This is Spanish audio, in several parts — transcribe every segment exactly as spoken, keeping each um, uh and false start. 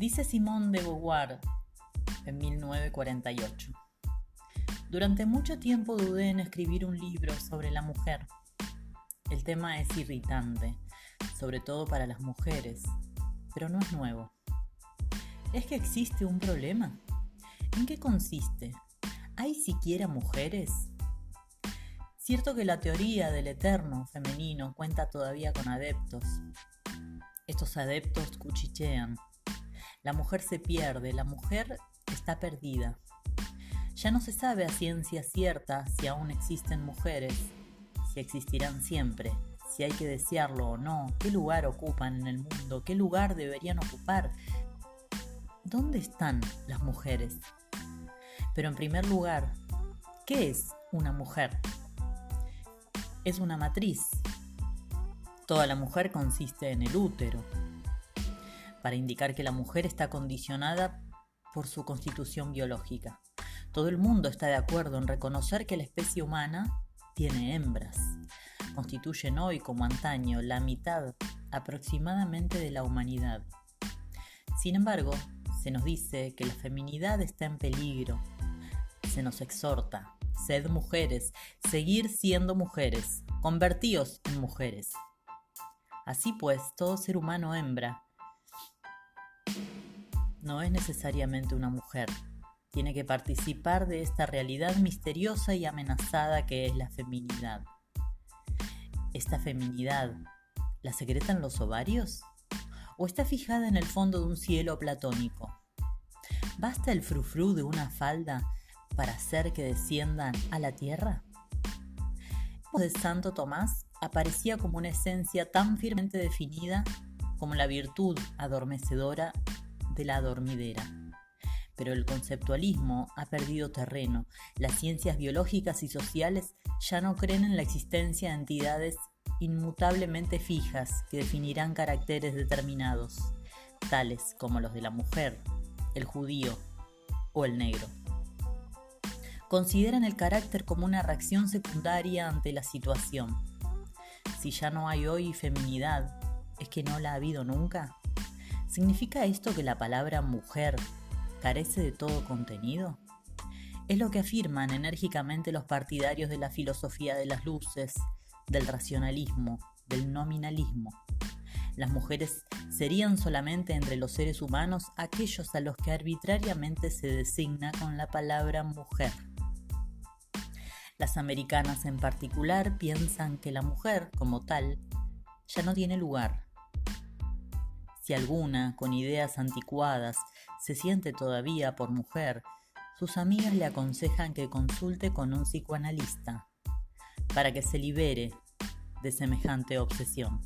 Dice Simone de Beauvoir en mil novecientos cuarenta y ocho: durante mucho tiempo dudé en escribir un libro sobre la mujer. El tema es irritante, sobre todo para las mujeres, pero no es nuevo. ¿Es que existe un problema? ¿En qué consiste? ¿Hay siquiera mujeres? Cierto que la teoría del eterno femenino cuenta todavía con adeptos. Estos adeptos cuchichean. La mujer se pierde, la mujer está perdida. Ya no se sabe a ciencia cierta si aún existen mujeres, si existirán siempre, si hay que desearlo o no, qué lugar ocupan en el mundo, qué lugar deberían ocupar. ¿Dónde están las mujeres? Pero en primer lugar, ¿qué es una mujer? Es una matriz. Toda la mujer consiste en el útero, para indicar que la mujer está condicionada por su constitución biológica. Todo el mundo está de acuerdo en reconocer que la especie humana tiene hembras. Constituyen hoy, como antaño, la mitad aproximadamente de la humanidad. Sin embargo, se nos dice que la feminidad está en peligro. Se nos exhorta: sed mujeres, seguir siendo mujeres, convertíos en mujeres. Así pues, todo ser humano hembra no es necesariamente una mujer. Tiene que participar de esta realidad misteriosa y amenazada que es la feminidad. ¿Esta feminidad la secretan los ovarios? ¿O está fijada en el fondo de un cielo platónico? ¿Basta el frufru de una falda para hacer que desciendan a la tierra? El de Santo Tomás aparecía como una esencia tan firmemente definida como la virtud adormecedora de la dormidera. Pero el conceptualismo ha perdido terreno. Las ciencias biológicas y sociales ya no creen en la existencia de entidades inmutablemente fijas que definirán caracteres determinados, tales como los de la mujer, el judío o el negro. Consideran el carácter como una reacción secundaria ante la situación. Si ya no hay hoy feminidad, ¿es que no la ha habido nunca? ¿Significa esto que la palabra mujer carece de todo contenido? Es lo que afirman enérgicamente los partidarios de la filosofía de las luces, del racionalismo, del nominalismo. Las mujeres serían solamente entre los seres humanos aquellos a los que arbitrariamente se designa con la palabra mujer. Las americanas en particular piensan que la mujer, como tal, ya no tiene lugar. Si alguna, con ideas anticuadas, se siente todavía por mujer, sus amigas le aconsejan que consulte con un psicoanalista para que se libere de semejante obsesión.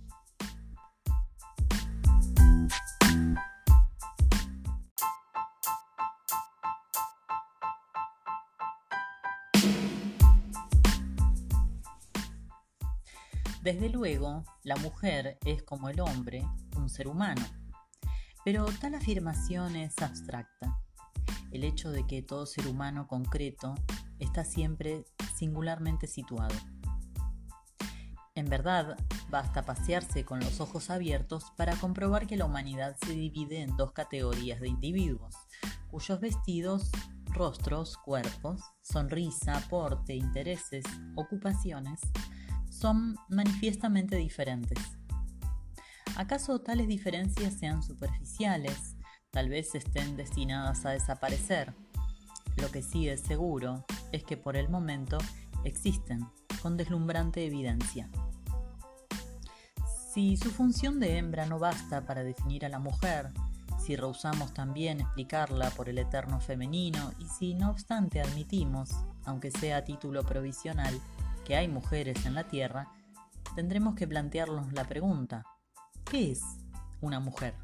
Desde luego, la mujer es como el hombre, un ser humano. Pero tal afirmación es abstracta. El hecho de que todo ser humano concreto está siempre singularmente situado. En verdad, basta pasearse con los ojos abiertos para comprobar que la humanidad se divide en dos categorías de individuos, cuyos vestidos, rostros, cuerpos, sonrisa, porte, intereses, ocupaciones, son manifiestamente diferentes. ¿Acaso tales diferencias sean superficiales? Tal vez estén destinadas a desaparecer. Lo que sí es seguro es que por el momento existen con deslumbrante evidencia. Si su función de hembra no basta para definir a la mujer, si rehusamos también explicarla por el eterno femenino y si no obstante admitimos, aunque sea a título provisional, que hay mujeres en la Tierra, tendremos que plantearnos la pregunta: ¿qué es una mujer?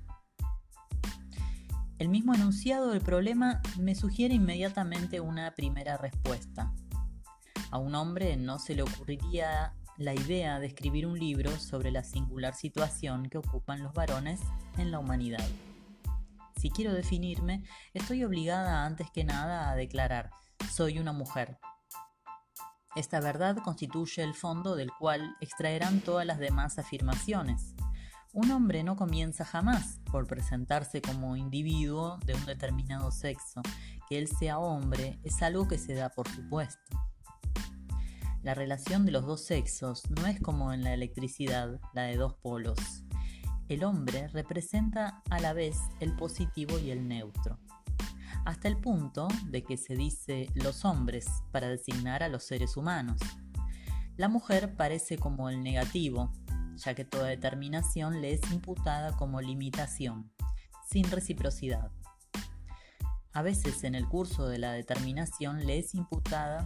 El mismo enunciado del problema me sugiere inmediatamente una primera respuesta. A un hombre no se le ocurriría la idea de escribir un libro sobre la singular situación que ocupan los varones en la humanidad. Si quiero definirme, estoy obligada antes que nada a declarar: soy una mujer. Esta verdad constituye el fondo del cual extraerán todas las demás afirmaciones. Un hombre no comienza jamás por presentarse como individuo de un determinado sexo. Que él sea hombre es algo que se da por supuesto. La relación de los dos sexos no es como en la electricidad, la de dos polos. El hombre representa a la vez el positivo y el neutro, hasta el punto de que se dice los hombres para designar a los seres humanos. La mujer parece como el negativo, ya que toda determinación le es imputada como limitación, sin reciprocidad. A veces en el curso de la determinación le es imputada.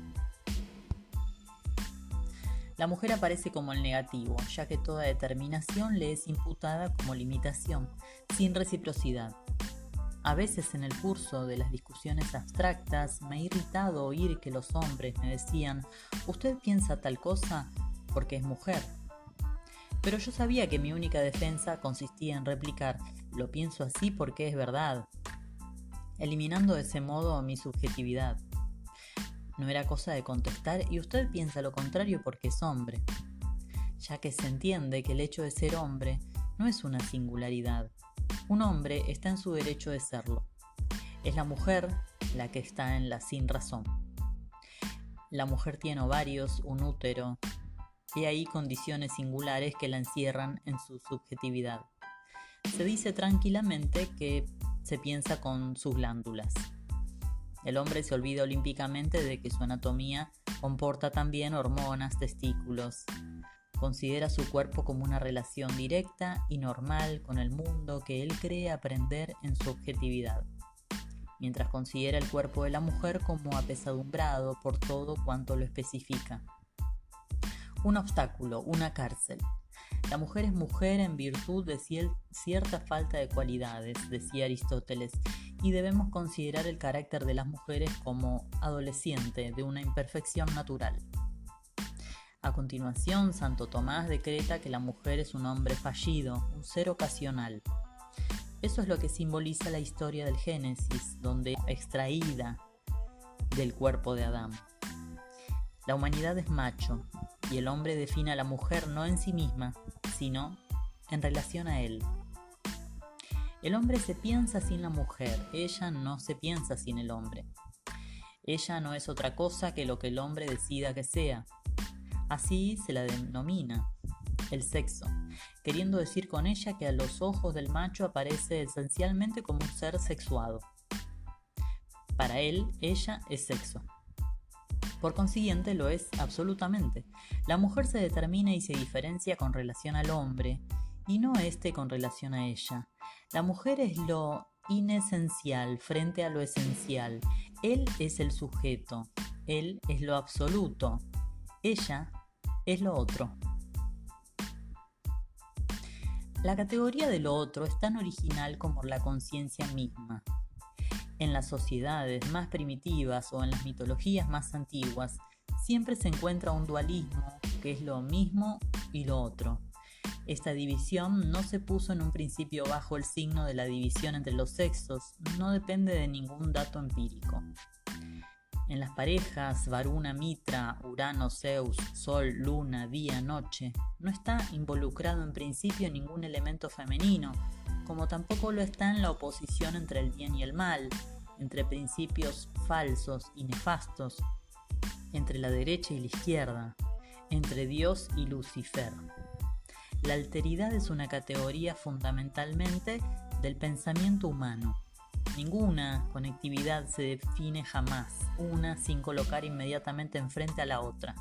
La mujer aparece como el negativo, ya que toda determinación le es imputada como limitación, sin reciprocidad. A veces en el curso de las discusiones abstractas me ha irritado oír que los hombres me decían: «Usted piensa tal cosa porque es mujer». Pero yo sabía que mi única defensa consistía en replicar: «Lo pienso así porque es verdad», eliminando de ese modo mi subjetividad. No era cosa de contestar: «Y usted piensa lo contrario porque es hombre», ya que se entiende que el hecho de ser hombre no es una singularidad. Un hombre está en su derecho de serlo. Es la mujer la que está en la sinrazón. La mujer tiene ovarios, un útero, y hay condiciones singulares que la encierran en su subjetividad. Se dice tranquilamente que se piensa con sus glándulas. El hombre se olvida olímpicamente de que su anatomía comporta también hormonas, testículos. Considera su cuerpo como una relación directa y normal con el mundo que él cree aprender en su objetividad, mientras considera el cuerpo de la mujer como apesadumbrado por todo cuanto lo especifica. Un obstáculo, una cárcel. La mujer es mujer en virtud de cier- cierta falta de cualidades, decía Aristóteles, y debemos considerar el carácter de las mujeres como adolescente de una imperfección natural. A continuación, Santo Tomás decreta que la mujer es un hombre fallido, un ser ocasional. Eso es lo que simboliza la historia del Génesis, donde extraída del cuerpo de Adán. La humanidad es macho, y el hombre define a la mujer no en sí misma, sino en relación a él. El hombre se piensa sin la mujer, ella no se piensa sin el hombre. Ella no es otra cosa que lo que el hombre decida que sea. Así se la denomina el sexo, queriendo decir con ella que a los ojos del macho aparece esencialmente como un ser sexuado. Para él, ella es sexo. Por consiguiente, lo es absolutamente. La mujer se determina y se diferencia con relación al hombre, y no éste con relación a ella. La mujer es lo inesencial frente a lo esencial. Él es el sujeto, él es lo absoluto, ella es lo otro. La categoría de lo otro es tan original como la conciencia misma. En las sociedades más primitivas o en las mitologías más antiguas, siempre se encuentra un dualismo, que es lo mismo y lo otro. Esta división no se puso en un principio bajo el signo de la división entre los sexos, no depende de ningún dato empírico. En las parejas Varuna, Mitra, Urano, Zeus, Sol, Luna, Día, Noche, no está involucrado en principio ningún elemento femenino, como tampoco lo está en la oposición entre el bien y el mal, entre principios falsos y nefastos, entre la derecha y la izquierda, entre Dios y Lucifer. La alteridad es una categoría fundamentalmente del pensamiento humano. Ninguna conectividad se define jamás, una sin colocar inmediatamente enfrente a la otra.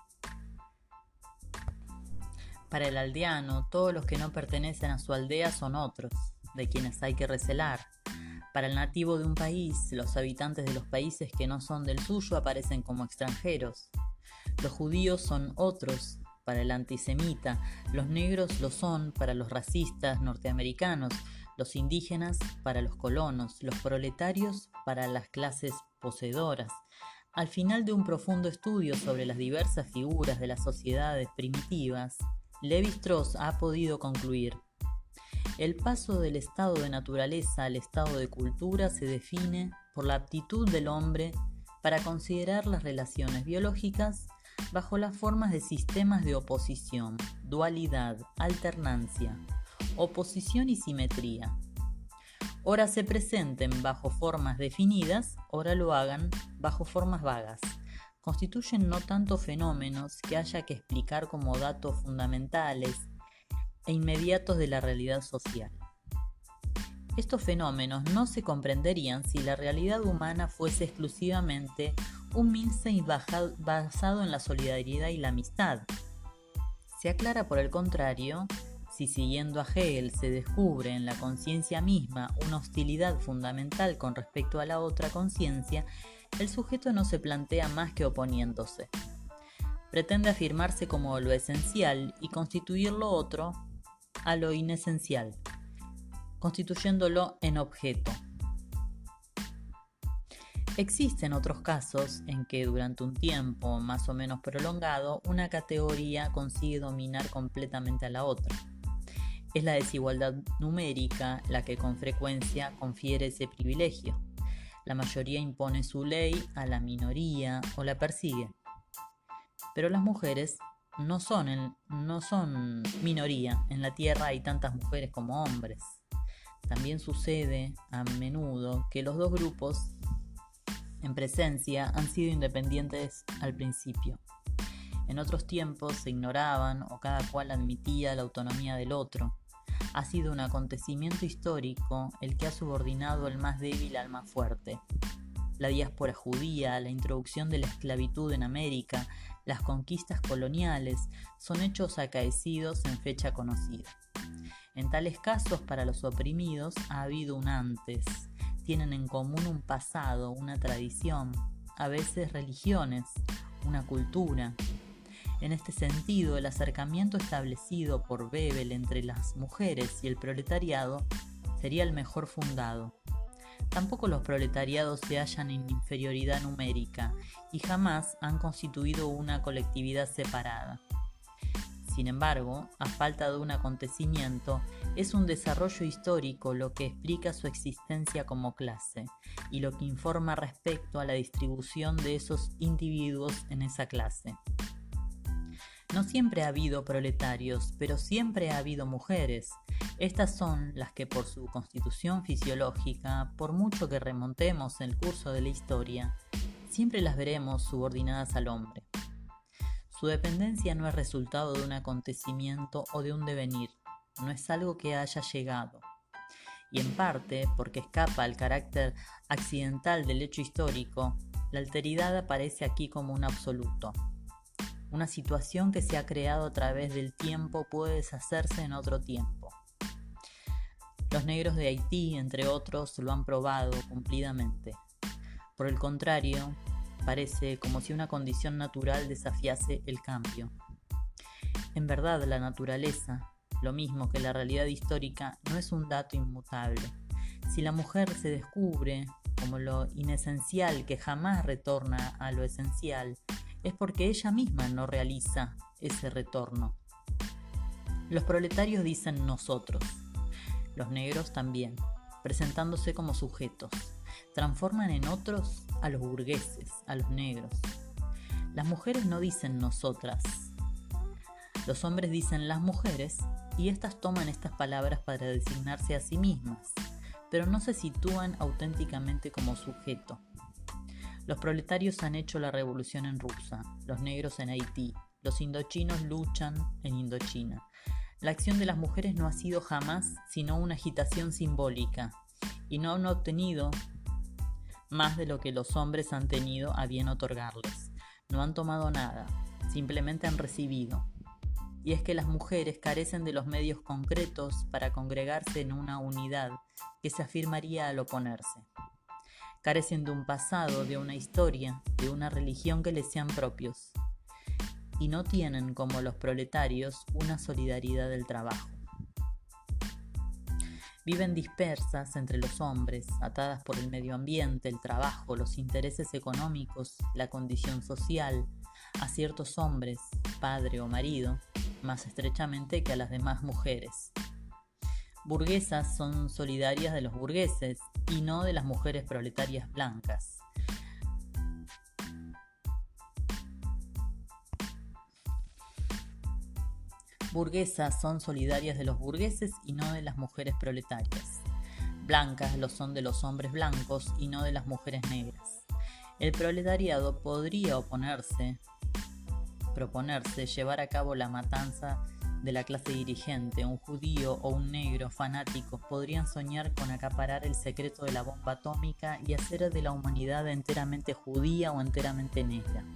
Para el aldeano, todos los que no pertenecen a su aldea son otros, de quienes hay que recelar. Para el nativo de un país, los habitantes de los países que no son del suyo aparecen como extranjeros. Los judíos son otros para el antisemita, los negros lo son para los racistas norteamericanos, los indígenas para los colonos, los proletarios para las clases poseedoras. Al final de un profundo estudio sobre las diversas figuras de las sociedades primitivas, Lévi-Strauss ha podido concluir: el paso del estado de naturaleza al estado de cultura se define por la aptitud del hombre para considerar las relaciones biológicas bajo las formas de sistemas de oposición, dualidad, alternancia, oposición y simetría. Ora se presenten bajo formas definidas, ora lo hagan bajo formas vagas. Constituyen no tanto fenómenos que haya que explicar como datos fundamentales e inmediatos de la realidad social. Estos fenómenos no se comprenderían si la realidad humana fuese exclusivamente un Milsey basado en la solidaridad y la amistad. Se aclara por el contrario, si siguiendo a Hegel se descubre en la conciencia misma una hostilidad fundamental con respecto a la otra conciencia, el sujeto no se plantea más que oponiéndose. Pretende afirmarse como lo esencial y constituir lo otro a lo inesencial, constituyéndolo en objeto. Existen otros casos en que durante un tiempo más o menos prolongado una categoría consigue dominar completamente a la otra. Es la desigualdad numérica la que con frecuencia confiere ese privilegio. La mayoría impone su ley a la minoría o la persigue. Pero las mujeres no son, en, no son minoría. En la tierra hay tantas mujeres como hombres. También sucede a menudo que los dos grupos en presencia han sido independientes al principio. En otros tiempos se ignoraban o cada cual admitía la autonomía del otro. Ha sido un acontecimiento histórico el que ha subordinado al más débil al más fuerte. La diáspora judía, la introducción de la esclavitud en América, las conquistas coloniales son hechos acaecidos en fecha conocida. En tales casos, para los oprimidos ha habido un antes. Tienen en común un pasado, una tradición, a veces religiones, una cultura. En este sentido, el acercamiento establecido por Bebel entre las mujeres y el proletariado sería el mejor fundado. Tampoco los proletariados se hallan en inferioridad numérica y jamás han constituido una colectividad separada. Sin embargo, a falta de un acontecimiento, es un desarrollo histórico lo que explica su existencia como clase y lo que informa respecto a la distribución de esos individuos en esa clase. No siempre ha habido proletarios, pero siempre ha habido mujeres. Estas son las que por su constitución fisiológica, por mucho que remontemos el curso de la historia, siempre las veremos subordinadas al hombre. Su dependencia no es resultado de un acontecimiento o de un devenir, no es algo que haya llegado. Y en parte, porque escapa al carácter accidental del hecho histórico, la alteridad aparece aquí como un absoluto. Una situación que se ha creado a través del tiempo puede deshacerse en otro tiempo. Los negros de Haití, entre otros, lo han probado cumplidamente. Por el contrario, parece como si una condición natural desafiase el cambio. En verdad, la naturaleza, lo mismo que la realidad histórica, no es un dato inmutable. Si la mujer se descubre como lo inesencial que jamás retorna a lo esencial, es porque ella misma no realiza ese retorno. Los proletarios dicen nosotros, los negros también, presentándose como sujetos. Transforman en otros a los burgueses, a los negros. Las mujeres no dicen nosotras. Los hombres dicen las mujeres y éstas toman estas palabras para designarse a sí mismas, pero no se sitúan auténticamente como sujeto. Los proletarios han hecho la revolución en Rusia, los negros en Haití, los indochinos luchan en Indochina. La acción de las mujeres no ha sido jamás sino una agitación simbólica, y no han obtenido más de lo que los hombres han tenido a bien otorgarles. No han tomado nada, simplemente han recibido. Y es que las mujeres carecen de los medios concretos para congregarse en una unidad que se afirmaría al oponerse. Carecen de un pasado, de una historia, de una religión que les sean propios. Y no tienen, como los proletarios, una solidaridad del trabajo. Viven dispersas entre los hombres, atadas por el medio ambiente, el trabajo, los intereses económicos, la condición social, a ciertos hombres, padre o marido, más estrechamente que a las demás mujeres. Burguesas son solidarias de los burgueses y no de las mujeres proletarias blancas. Burguesas son solidarias de los burgueses y no de las mujeres proletarias. Blancas lo son de los hombres blancos y no de las mujeres negras. El proletariado podría oponerse, proponerse llevar a cabo la matanza de la clase dirigente. Un judío o un negro fanático podrían soñar con acaparar el secreto de la bomba atómica y hacer de la humanidad enteramente judía o enteramente negra.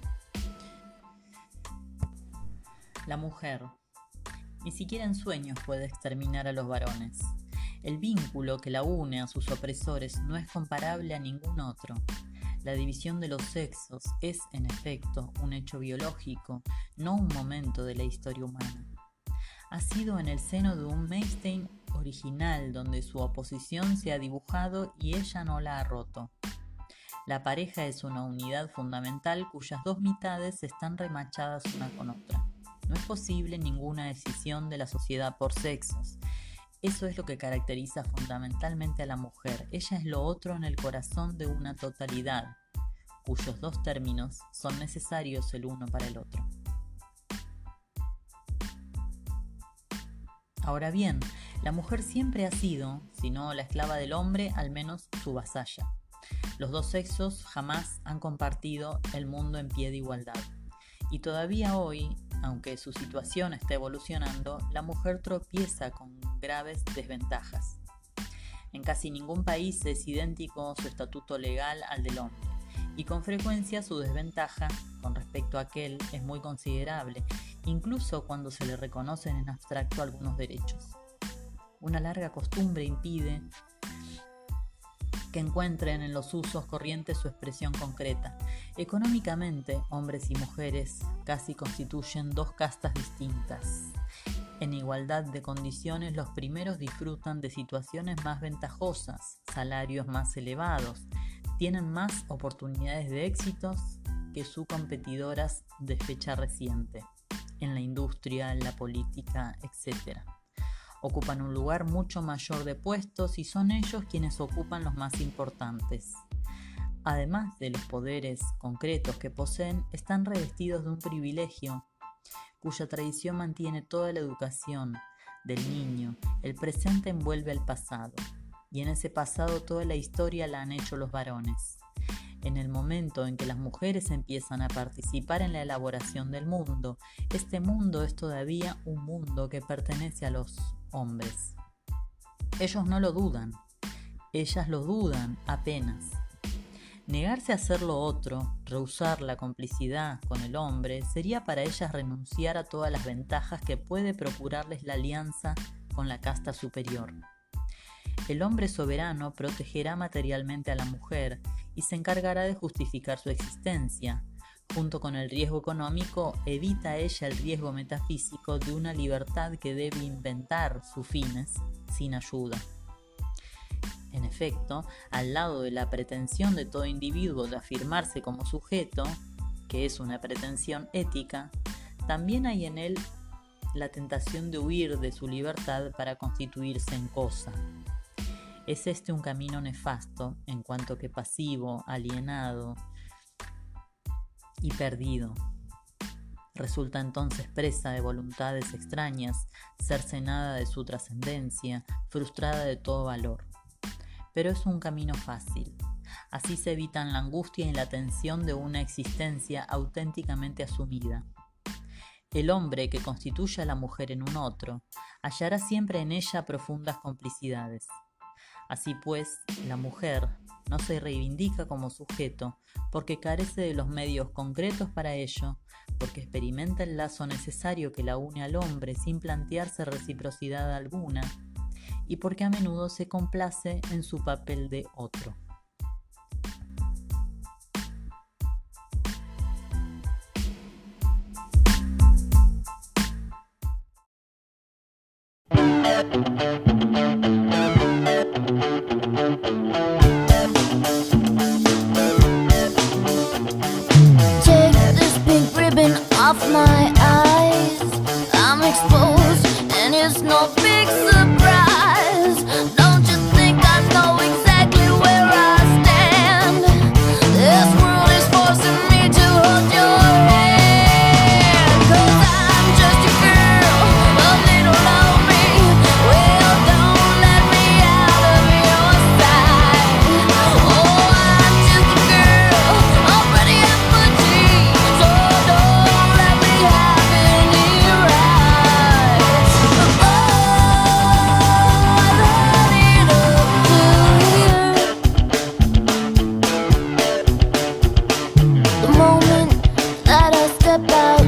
La mujer, ni siquiera en sueños puede exterminar a los varones. El vínculo que la une a sus opresores no es comparable a ningún otro. La división de los sexos es, en efecto, un hecho biológico, no un momento de la historia humana. Ha sido en el seno de un Einstein original donde su oposición se ha dibujado y ella no la ha roto. La pareja es una unidad fundamental cuyas dos mitades están remachadas una con otra. No es posible ninguna escisión de la sociedad por sexos. Eso es lo que caracteriza fundamentalmente a la mujer. Ella es lo otro en el corazón de una totalidad, cuyos dos términos son necesarios el uno para el otro. Ahora bien, la mujer siempre ha sido, si no la esclava del hombre, al menos su vasalla. Los dos sexos jamás han compartido el mundo en pie de igualdad. Y todavía hoy, aunque su situación está evolucionando, la mujer tropieza con graves desventajas. En casi ningún país es idéntico su estatuto legal al del hombre, y con frecuencia su desventaja con respecto a aquel es muy considerable, incluso cuando se le reconocen en abstracto algunos derechos. Una larga costumbre impide que encuentren en los usos corrientes su expresión concreta. Económicamente, hombres y mujeres casi constituyen dos castas distintas. En igualdad de condiciones, los primeros disfrutan de situaciones más ventajosas, salarios más elevados, tienen más oportunidades de éxitos que sus competidoras de fecha reciente, en la industria, en la política, etcétera. Ocupan un lugar mucho mayor de puestos y son ellos quienes ocupan los más importantes. Además de los poderes concretos que poseen, están revestidos de un privilegio cuya tradición mantiene toda la educación del niño. El presente envuelve al pasado, y en ese pasado toda la historia la han hecho los varones. En el momento en que las mujeres empiezan a participar en la elaboración del mundo, este mundo es todavía un mundo que pertenece a los hombres. Ellos no lo dudan, ellas lo dudan apenas. Negarse a hacer lo otro, rehusar la complicidad con el hombre, sería para ellas renunciar a todas las ventajas que puede procurarles la alianza con la casta superior. El hombre soberano protegerá materialmente a la mujer y se encargará de justificar su existencia. Junto con el riesgo económico, evita ella el riesgo metafísico de una libertad que debe inventar sus fines sin ayuda. En efecto, al lado de la pretensión de todo individuo de afirmarse como sujeto, que es una pretensión ética, también hay en él la tentación de huir de su libertad para constituirse en cosa. Es este un camino nefasto, en cuanto que pasivo, alienado y perdido. Resulta entonces presa de voluntades extrañas, cercenada de su trascendencia, frustrada de todo valor. Pero es un camino fácil. Así se evitan la angustia y la tensión de una existencia auténticamente asumida. El hombre que constituye a la mujer en un otro, hallará siempre en ella profundas complicidades. Así pues, la mujer no se reivindica como sujeto porque carece de los medios concretos para ello, porque experimenta el lazo necesario que la une al hombre sin plantearse reciprocidad alguna, y porque a menudo se complace en su papel de otro. Take this pink ribbon off my eyes. I'm exposed and it's no big surprise. Don't you think I know exactly where I stand? This world is forcing me to hold your hand. 'Cause I'm just a girl, a step out